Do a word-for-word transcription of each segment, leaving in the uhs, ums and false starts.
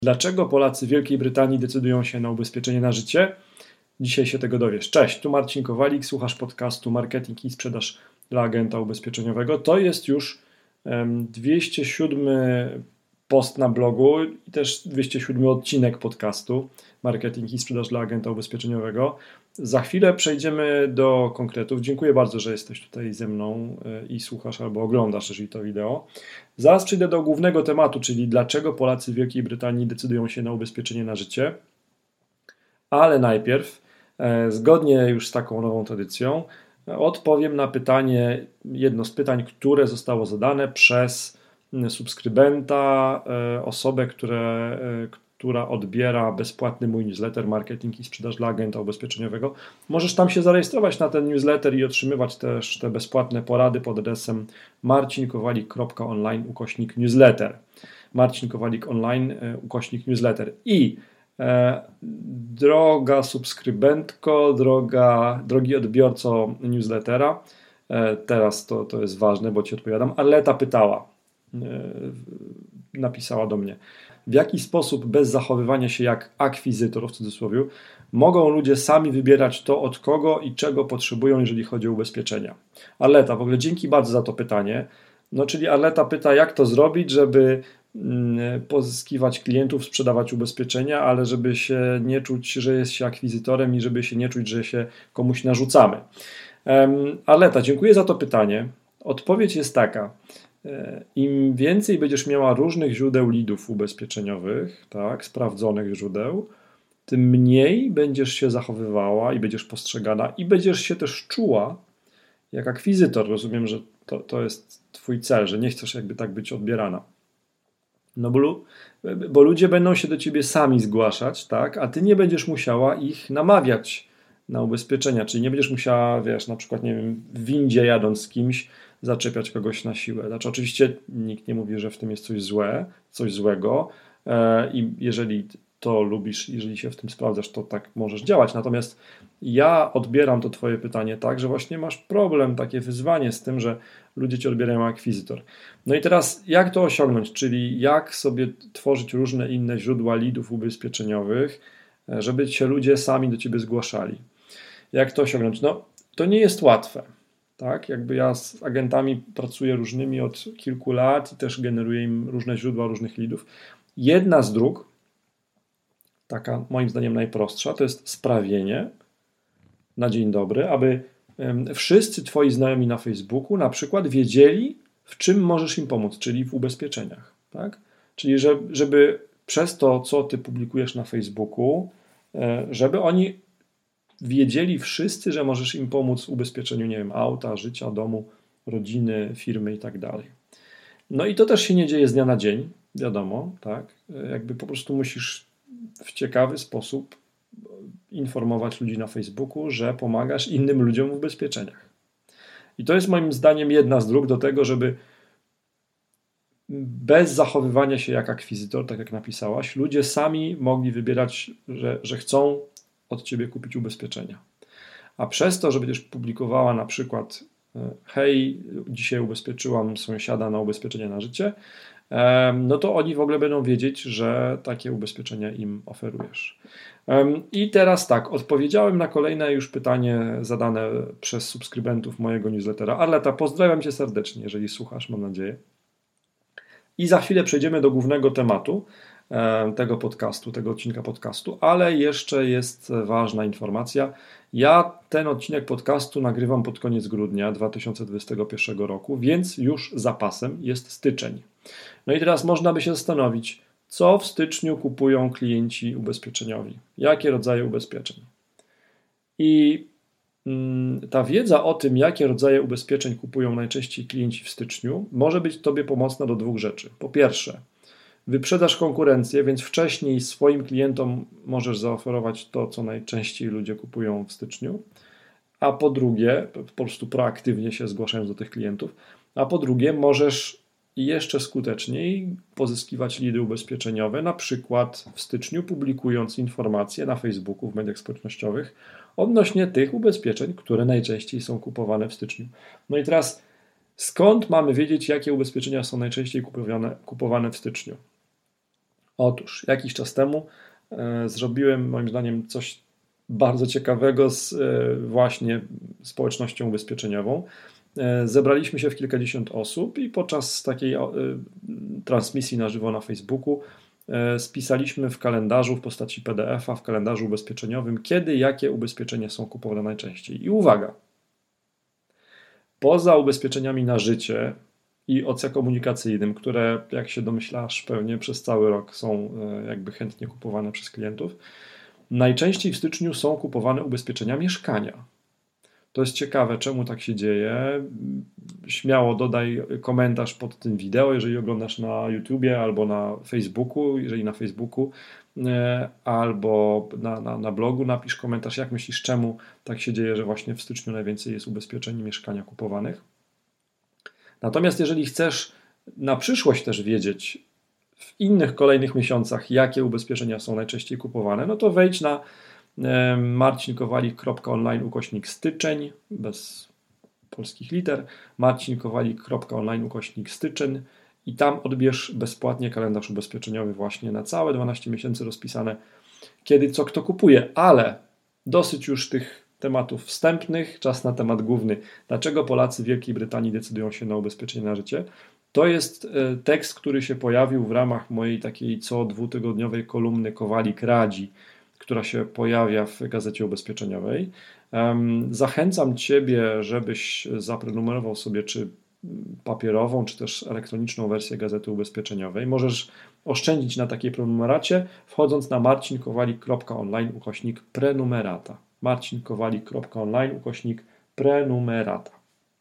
Dlaczego Polacy w Wielkiej Brytanii decydują się na ubezpieczenie na życie? Dzisiaj się tego dowiesz. Cześć, tu Marcin Kowalik, słuchasz podcastu Marketing i Sprzedaż dla Agenta Ubezpieczeniowego. To jest już dwieście siódmy post na blogu i też dwieście siódmy odcinek podcastu Marketing i Sprzedaż dla Agenta Ubezpieczeniowego. Za chwilę przejdziemy do konkretów. Dziękuję bardzo, że jesteś tutaj ze mną i słuchasz albo oglądasz, jeżeli to wideo. Zaraz przejdę do głównego tematu, czyli dlaczego Polacy w Wielkiej Brytanii decydują się na ubezpieczenie na życie. Ale najpierw, zgodnie już z taką nową tradycją, odpowiem na pytanie, jedno z pytań, które zostało zadane przez subskrybenta, osobę, które, która odbiera bezpłatny mój newsletter Marketing i Sprzedaż dla Agenta Ubezpieczeniowego. Możesz tam się zarejestrować na ten newsletter i otrzymywać też te bezpłatne porady pod adresem marcinkowalik kropka online ukośnik newsletter. Marcinkowalik online ukośnik newsletter. I e, droga subskrybentko, droga, drogi odbiorco newslettera, e, teraz to, to jest ważne, bo Ci odpowiadam. Arleta pytała, e, napisała do mnie, w jaki sposób bez zachowywania się jak akwizytor, w cudzysłowie, mogą ludzie sami wybierać to, od kogo i czego potrzebują, jeżeli chodzi o ubezpieczenia. Arleta, w ogóle dzięki bardzo za to pytanie. No, czyli Arleta pyta, jak to zrobić, żeby pozyskiwać klientów, sprzedawać ubezpieczenia, ale żeby się nie czuć, że jest się akwizytorem i żeby się nie czuć, że się komuś narzucamy. Arleta, dziękuję za to pytanie. Odpowiedź jest taka. Im więcej będziesz miała różnych źródeł leadów ubezpieczeniowych, tak, sprawdzonych źródeł, tym mniej będziesz się zachowywała i będziesz postrzegana i będziesz się też czuła jak akwizytor. Rozumiem, że to, to jest Twój cel, że nie chcesz jakby tak być odbierana. No bo, bo ludzie będą się do Ciebie sami zgłaszać, tak, a Ty nie będziesz musiała ich namawiać na ubezpieczenia, czyli nie będziesz musiała, wiesz, na przykład, nie wiem, w windzie jadąc z kimś, zaczepiać kogoś na siłę. Znaczy oczywiście nikt nie mówi, że w tym jest coś złe, coś złego i jeżeli to lubisz, jeżeli się w tym sprawdzasz, to tak możesz działać. Natomiast ja odbieram to Twoje pytanie tak, że właśnie masz problem, takie wyzwanie z tym, że ludzie Cię odbierają jak akwizytor. No i teraz jak to osiągnąć, czyli jak sobie tworzyć różne inne źródła leadów ubezpieczeniowych, żeby się ludzie sami do Ciebie zgłaszali. Jak to osiągnąć? No to nie jest łatwe. Tak, jakby ja z agentami pracuję różnymi od kilku lat i też generuję im różne źródła różnych leadów. Jedna z dróg, taka moim zdaniem najprostsza, to jest sprawienie na dzień dobry, aby wszyscy Twoi znajomi na Facebooku na przykład wiedzieli, w czym możesz im pomóc, czyli w ubezpieczeniach. Tak? Czyli żeby, żeby przez to, co Ty publikujesz na Facebooku, żeby oni wiedzieli wszyscy, że możesz im pomóc w ubezpieczeniu, nie wiem, auta, życia, domu, rodziny, firmy i tak dalej. No i to też się nie dzieje z dnia na dzień, wiadomo, tak? Jakby po prostu musisz w ciekawy sposób informować ludzi na Facebooku, że pomagasz innym ludziom w ubezpieczeniach. I to jest moim zdaniem jedna z dróg do tego, żeby bez zachowywania się jak akwizytor, tak jak napisałaś, ludzie sami mogli wybierać, że, że chcą od Ciebie kupić ubezpieczenia. A przez to, że będziesz publikowała na przykład hej, dzisiaj ubezpieczyłam sąsiada na ubezpieczenie na życie, no to oni w ogóle będą wiedzieć, że takie ubezpieczenia im oferujesz. I teraz tak, odpowiedziałem na kolejne już pytanie zadane przez subskrybentów mojego newslettera. Arleta, pozdrawiam Cię serdecznie, jeżeli słuchasz, mam nadzieję. I za chwilę przejdziemy do głównego tematu tego podcastu, tego odcinka podcastu, ale jeszcze jest ważna informacja. Ja ten odcinek podcastu nagrywam pod koniec grudnia dwa tysiące dwudziestego pierwszego roku, więc już zapasem jest styczeń. No i teraz można by się zastanowić, co w styczniu kupują klienci ubezpieczeniowi, jakie rodzaje ubezpieczeń. I mm, ta wiedza o tym, jakie rodzaje ubezpieczeń kupują najczęściej klienci w styczniu, może być Tobie pomocna do dwóch rzeczy. Po pierwsze, wyprzedasz konkurencję, więc wcześniej swoim klientom możesz zaoferować to, co najczęściej ludzie kupują w styczniu, a po drugie, po prostu proaktywnie się zgłaszając do tych klientów, a po drugie możesz jeszcze skuteczniej pozyskiwać leady ubezpieczeniowe, na przykład w styczniu publikując informacje na Facebooku, w mediach społecznościowych odnośnie tych ubezpieczeń, które najczęściej są kupowane w styczniu. No i teraz skąd mamy wiedzieć, jakie ubezpieczenia są najczęściej kupowane, kupowane w styczniu? Otóż jakiś czas temu e, zrobiłem moim zdaniem coś bardzo ciekawego z e, właśnie społecznością ubezpieczeniową. E, zebraliśmy się w kilkadziesiąt osób i podczas takiej e, transmisji na żywo na Facebooku e, spisaliśmy w kalendarzu w postaci P D F-a, w kalendarzu ubezpieczeniowym, kiedy jakie ubezpieczenia są kupowane najczęściej. I uwaga, poza ubezpieczeniami na życie i O C komunikacyjnym, które, jak się domyślasz, pewnie przez cały rok są jakby chętnie kupowane przez klientów, najczęściej w styczniu są kupowane ubezpieczenia mieszkania. To jest ciekawe, czemu tak się dzieje. Śmiało dodaj komentarz pod tym wideo, jeżeli oglądasz na YouTubie albo na Facebooku, jeżeli na Facebooku, albo na, na, na blogu napisz komentarz, jak myślisz, czemu tak się dzieje, że właśnie w styczniu najwięcej jest ubezpieczeń mieszkania kupowanych. Natomiast jeżeli chcesz na przyszłość też wiedzieć w innych kolejnych miesiącach, jakie ubezpieczenia są najczęściej kupowane, no to wejdź na marcinkowalik kropka online ukośnik styczeń, bez polskich liter, marcinkowalik kropka online ukośnik styczeń i tam odbierz bezpłatnie kalendarz ubezpieczeniowy właśnie na całe dwanaście miesięcy rozpisane, kiedy co kto kupuje, ale dosyć już tych tematów wstępnych, czas na temat główny. Dlaczego Polacy w Wielkiej Brytanii decydują się na ubezpieczenie na życie? To jest tekst, który się pojawił w ramach mojej takiej co dwutygodniowej kolumny Kowalik radzi, która się pojawia w Gazecie Ubezpieczeniowej. Zachęcam Ciebie, żebyś zaprenumerował sobie czy papierową, czy też elektroniczną wersję Gazety Ubezpieczeniowej. Możesz oszczędzić na takiej prenumeracie, wchodząc na marcinkowalik kropka online ukośnik prenumerata. marcinkowalik kropka online ukośnik prenumerata.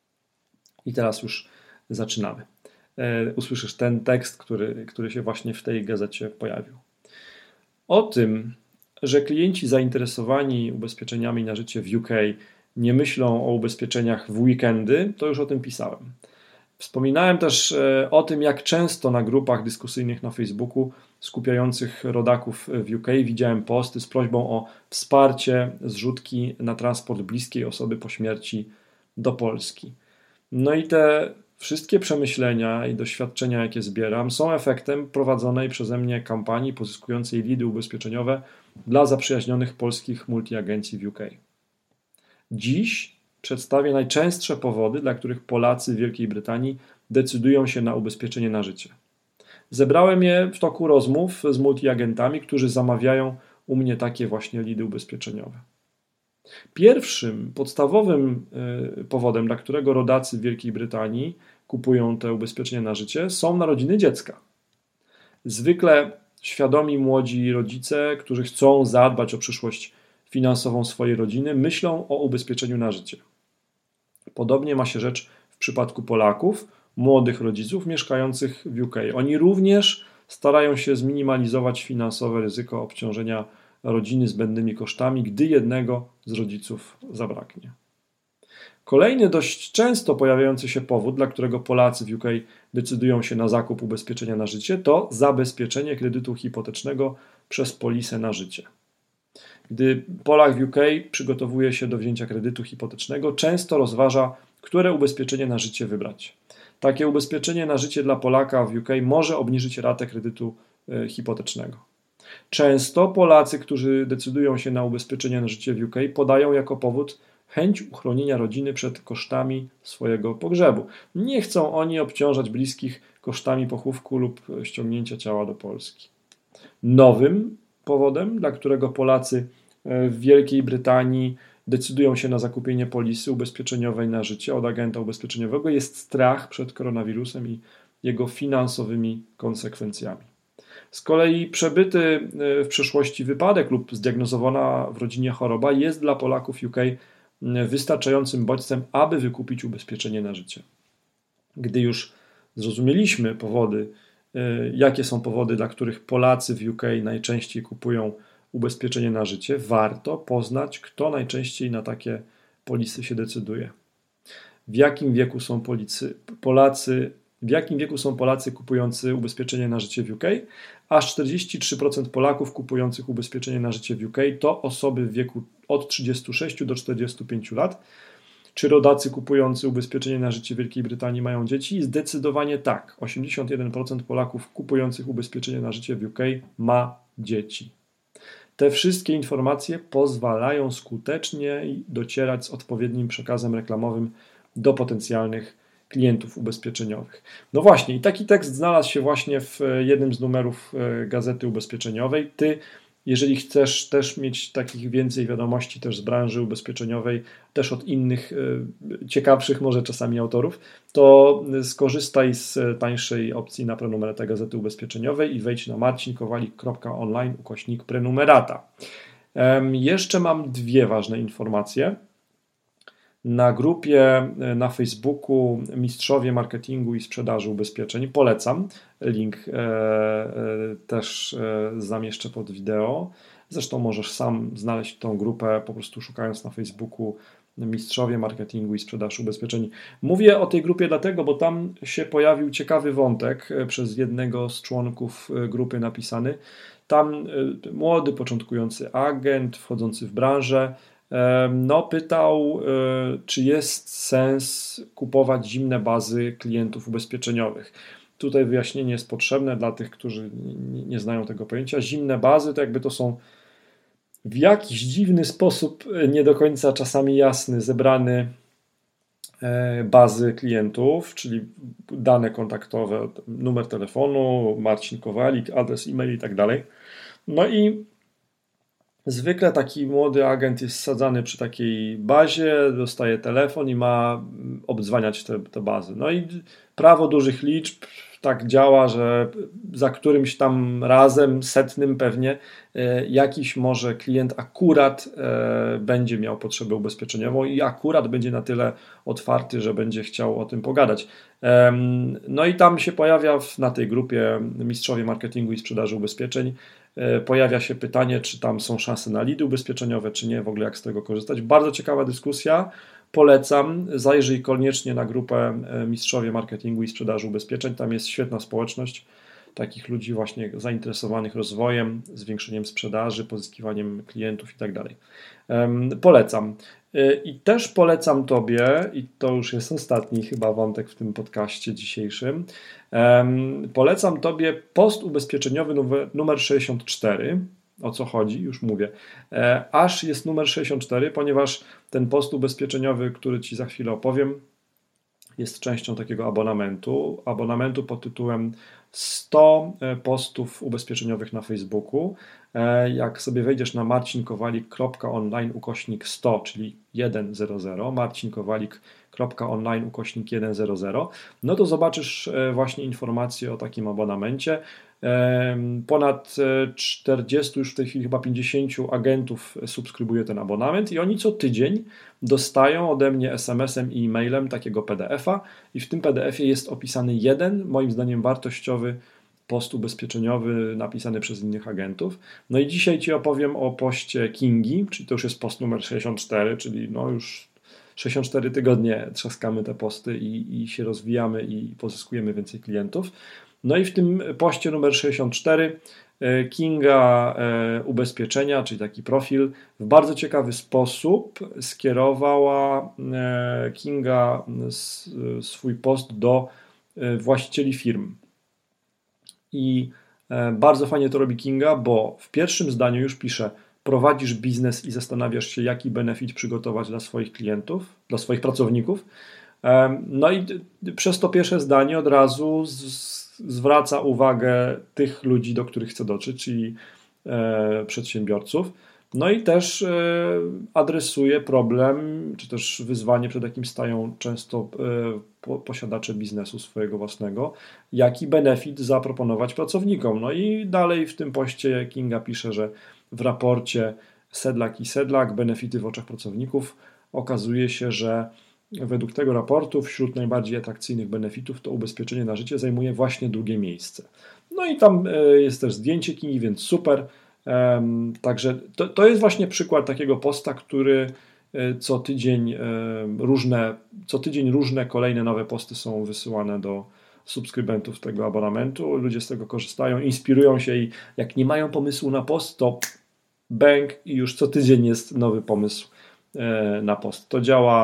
I teraz już zaczynamy. E, usłyszysz ten tekst, który, który się właśnie w tej gazecie pojawił. O tym, że klienci zainteresowani ubezpieczeniami na życie w U K nie myślą o ubezpieczeniach w weekendy, to już o tym pisałem. Wspominałem też o tym, jak często na grupach dyskusyjnych na Facebooku skupiających rodaków w U K widziałem posty z prośbą o wsparcie zrzutki na transport bliskiej osoby po śmierci do Polski. No i te wszystkie przemyślenia i doświadczenia, jakie zbieram, są efektem prowadzonej przeze mnie kampanii pozyskującej lidy ubezpieczeniowe dla zaprzyjaźnionych polskich multiagencji w U K. Dziś przedstawię najczęstsze powody, dla których Polacy w Wielkiej Brytanii decydują się na ubezpieczenie na życie. Zebrałem je w toku rozmów z multiagentami, którzy zamawiają u mnie takie właśnie lidy ubezpieczeniowe. Pierwszym, podstawowym powodem, dla którego rodacy w Wielkiej Brytanii kupują te ubezpieczenia na życie, są narodziny dziecka. Zwykle świadomi młodzi rodzice, którzy chcą zadbać o przyszłość finansową swojej rodziny, myślą o ubezpieczeniu na życie. Podobnie ma się rzecz w przypadku Polaków, młodych rodziców mieszkających w U K. Oni również starają się zminimalizować finansowe ryzyko obciążenia rodziny zbędnymi kosztami, gdy jednego z rodziców zabraknie. Kolejny dość często pojawiający się powód, dla którego Polacy w U K decydują się na zakup ubezpieczenia na życie, to zabezpieczenie kredytu hipotecznego przez polisę na życie. Gdy Polak w U K przygotowuje się do wzięcia kredytu hipotecznego, często rozważa, które ubezpieczenie na życie wybrać. Takie ubezpieczenie na życie dla Polaka w U K może obniżyć ratę kredytu hipotecznego. Często Polacy, którzy decydują się na ubezpieczenie na życie w U K, podają jako powód chęć uchronienia rodziny przed kosztami swojego pogrzebu. Nie chcą oni obciążać bliskich kosztami pochówku lub ściągnięcia ciała do Polski. Nowym powodem, dla którego Polacy w Wielkiej Brytanii decydują się na zakupienie polisy ubezpieczeniowej na życie od agenta ubezpieczeniowego, jest strach przed koronawirusem i jego finansowymi konsekwencjami. Z kolei przebyty w przeszłości wypadek lub zdiagnozowana w rodzinie choroba jest dla Polaków U K wystarczającym bodźcem, aby wykupić ubezpieczenie na życie. Gdy już zrozumieliśmy powody, jakie są powody, dla których Polacy w U K najczęściej kupują ubezpieczenie na życie, warto poznać, kto najczęściej na takie polisy się decyduje. W jakim wieku są Policy, Polacy, w jakim wieku są Polacy kupujący ubezpieczenie na życie w U K? Aż czterdzieści trzy procent Polaków kupujących ubezpieczenie na życie w U K to osoby w wieku od trzydziestu sześciu do czterdziestu pięciu lat. Czy rodacy kupujący ubezpieczenie na życie w Wielkiej Brytanii mają dzieci? Zdecydowanie tak. osiemdziesiąt jeden procent Polaków kupujących ubezpieczenie na życie w U K ma dzieci. Te wszystkie informacje pozwalają skutecznie docierać z odpowiednim przekazem reklamowym do potencjalnych klientów ubezpieczeniowych. No właśnie, i taki tekst znalazł się właśnie w jednym z numerów Gazety Ubezpieczeniowej. Ty, jeżeli chcesz też mieć takich więcej wiadomości też z branży ubezpieczeniowej, też od innych ciekawszych może czasami autorów, to skorzystaj z tańszej opcji na prenumeratę Gazety Ubezpieczeniowej i wejdź na marcinkowalik kropka online ukośnik prenumerata. Jeszcze mam dwie ważne informacje. Na grupie na Facebooku Mistrzowie Marketingu i Sprzedaży Ubezpieczeń polecam. Link e, e, też e, zamieszczę pod wideo. Zresztą możesz sam znaleźć tą grupę po prostu szukając na Facebooku Mistrzowie Marketingu i Sprzedaży Ubezpieczeń. Mówię o tej grupie dlatego, bo tam się pojawił ciekawy wątek przez jednego z członków grupy napisany. Tam młody, początkujący agent wchodzący w branżę no, pytał, czy jest sens kupować zimne bazy klientów ubezpieczeniowych. Tutaj wyjaśnienie jest potrzebne dla tych, którzy nie znają tego pojęcia. Zimne bazy to jakby to są w jakiś dziwny sposób, nie do końca czasami jasny, zebrane bazy klientów, czyli dane kontaktowe, numer telefonu, Marcin Kowalik, adres e-mail i tak dalej. No i zwykle taki młody agent jest sadzany przy takiej bazie, dostaje telefon i ma obdzwaniać te, te bazy. No i prawo dużych liczb tak działa, że za którymś tam razem, setnym pewnie, jakiś może klient akurat będzie miał potrzebę ubezpieczeniową i akurat będzie na tyle otwarty, że będzie chciał o tym pogadać. No i tam się pojawia na tej grupie Mistrzowie Marketingu i Sprzedaży Ubezpieczeń pojawia się pytanie, czy tam są szanse na lidy ubezpieczeniowe, czy nie, w ogóle jak z tego korzystać. Bardzo ciekawa dyskusja, polecam, zajrzyj koniecznie na grupę Mistrzowie Marketingu i Sprzedaży Ubezpieczeń, tam jest świetna społeczność takich ludzi właśnie zainteresowanych rozwojem, zwiększeniem sprzedaży, pozyskiwaniem klientów i tak dalej. Polecam. I też polecam Tobie, i to już jest ostatni chyba wątek w tym podcaście dzisiejszym, polecam Tobie post ubezpieczeniowy numer, numer sześćdziesiąt cztery. O co chodzi? Już mówię. Aż jest numer sześćdziesiąt cztery, ponieważ ten post ubezpieczeniowy, który Ci za chwilę opowiem, jest częścią takiego abonamentu. Abonamentu pod tytułem sto postów ubezpieczeniowych na Facebooku. Jak sobie wejdziesz na marcinkowalik kropka online ukośnik sto, czyli sto, marcinkowalik kropka online ukośnik sto, no to zobaczysz właśnie informacje o takim abonamencie. Ponad czterdziestu, już w tej chwili chyba pięćdziesięciu agentów subskrybuje ten abonament i oni co tydzień dostają ode mnie es em esem i e-mailem takiego pe de efa i w tym pe de efie jest opisany jeden, moim zdaniem wartościowy post ubezpieczeniowy napisany przez innych agentów. No i dzisiaj Ci opowiem o poście Kingi, czyli to już jest post numer sześćdziesiąt cztery, czyli no już sześćdziesiąt cztery tygodnie trzaskamy te posty i, i się rozwijamy i pozyskujemy więcej klientów. No i w tym poście numer sześćdziesiąt cztery Kinga Ubezpieczenia, czyli taki profil, w bardzo ciekawy sposób skierowała Kinga swój post do właścicieli firm. I bardzo fajnie to robi Kinga, bo w pierwszym zdaniu już pisze: prowadzisz biznes i zastanawiasz się, jaki benefit przygotować dla swoich klientów, dla swoich pracowników. No i przez to pierwsze zdanie od razu z zwraca uwagę tych ludzi, do których chce dotrzeć, czyli e, przedsiębiorców. No i też e, adresuje problem, czy też wyzwanie, przed jakim stają często e, po, posiadacze biznesu swojego własnego, jaki benefit zaproponować pracownikom. No i dalej w tym poście Kinga pisze, że w raporcie Sedlak i Sedlak, benefity w oczach pracowników, okazuje się, że według tego raportu wśród najbardziej atrakcyjnych benefitów to ubezpieczenie na życie zajmuje właśnie drugie miejsce. No i tam jest też zdjęcie Kingi, więc super. Także to, to jest właśnie przykład takiego posta, który co tydzień różne, co tydzień różne kolejne nowe posty są wysyłane do subskrybentów tego abonamentu. Ludzie z tego korzystają, inspirują się i jak nie mają pomysłu na post, to bang i już co tydzień jest nowy pomysł na post. To działa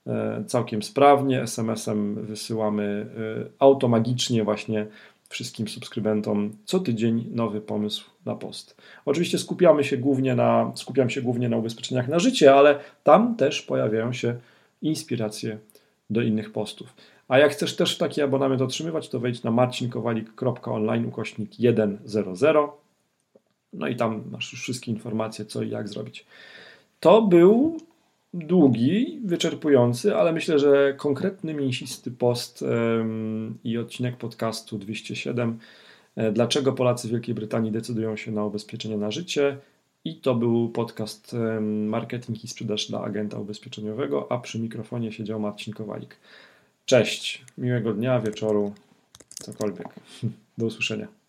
całkiem sprawnie. es em esem wysyłamy automagicznie właśnie wszystkim subskrybentom co tydzień nowy pomysł na post. Oczywiście skupiamy się głównie na, skupiam się głównie na ubezpieczeniach na życie, ale tam też pojawiają się inspiracje do innych postów. A jak chcesz też taki abonament otrzymywać, to wejdź na marcinkowalik kropka online ukośnik sto. No i tam masz już wszystkie informacje, co i jak zrobić. To był długi, wyczerpujący, ale myślę, że konkretny, mięsisty post ym, i odcinek podcastu dwieście siedem. Dlaczego Polacy w Wielkiej Brytanii decydują się na ubezpieczenie na życie? I to był podcast ym, Marketing i sprzedaż dla agenta ubezpieczeniowego, a przy mikrofonie siedział Marcin Kowalik. Cześć, miłego dnia, wieczoru, cokolwiek. Do usłyszenia.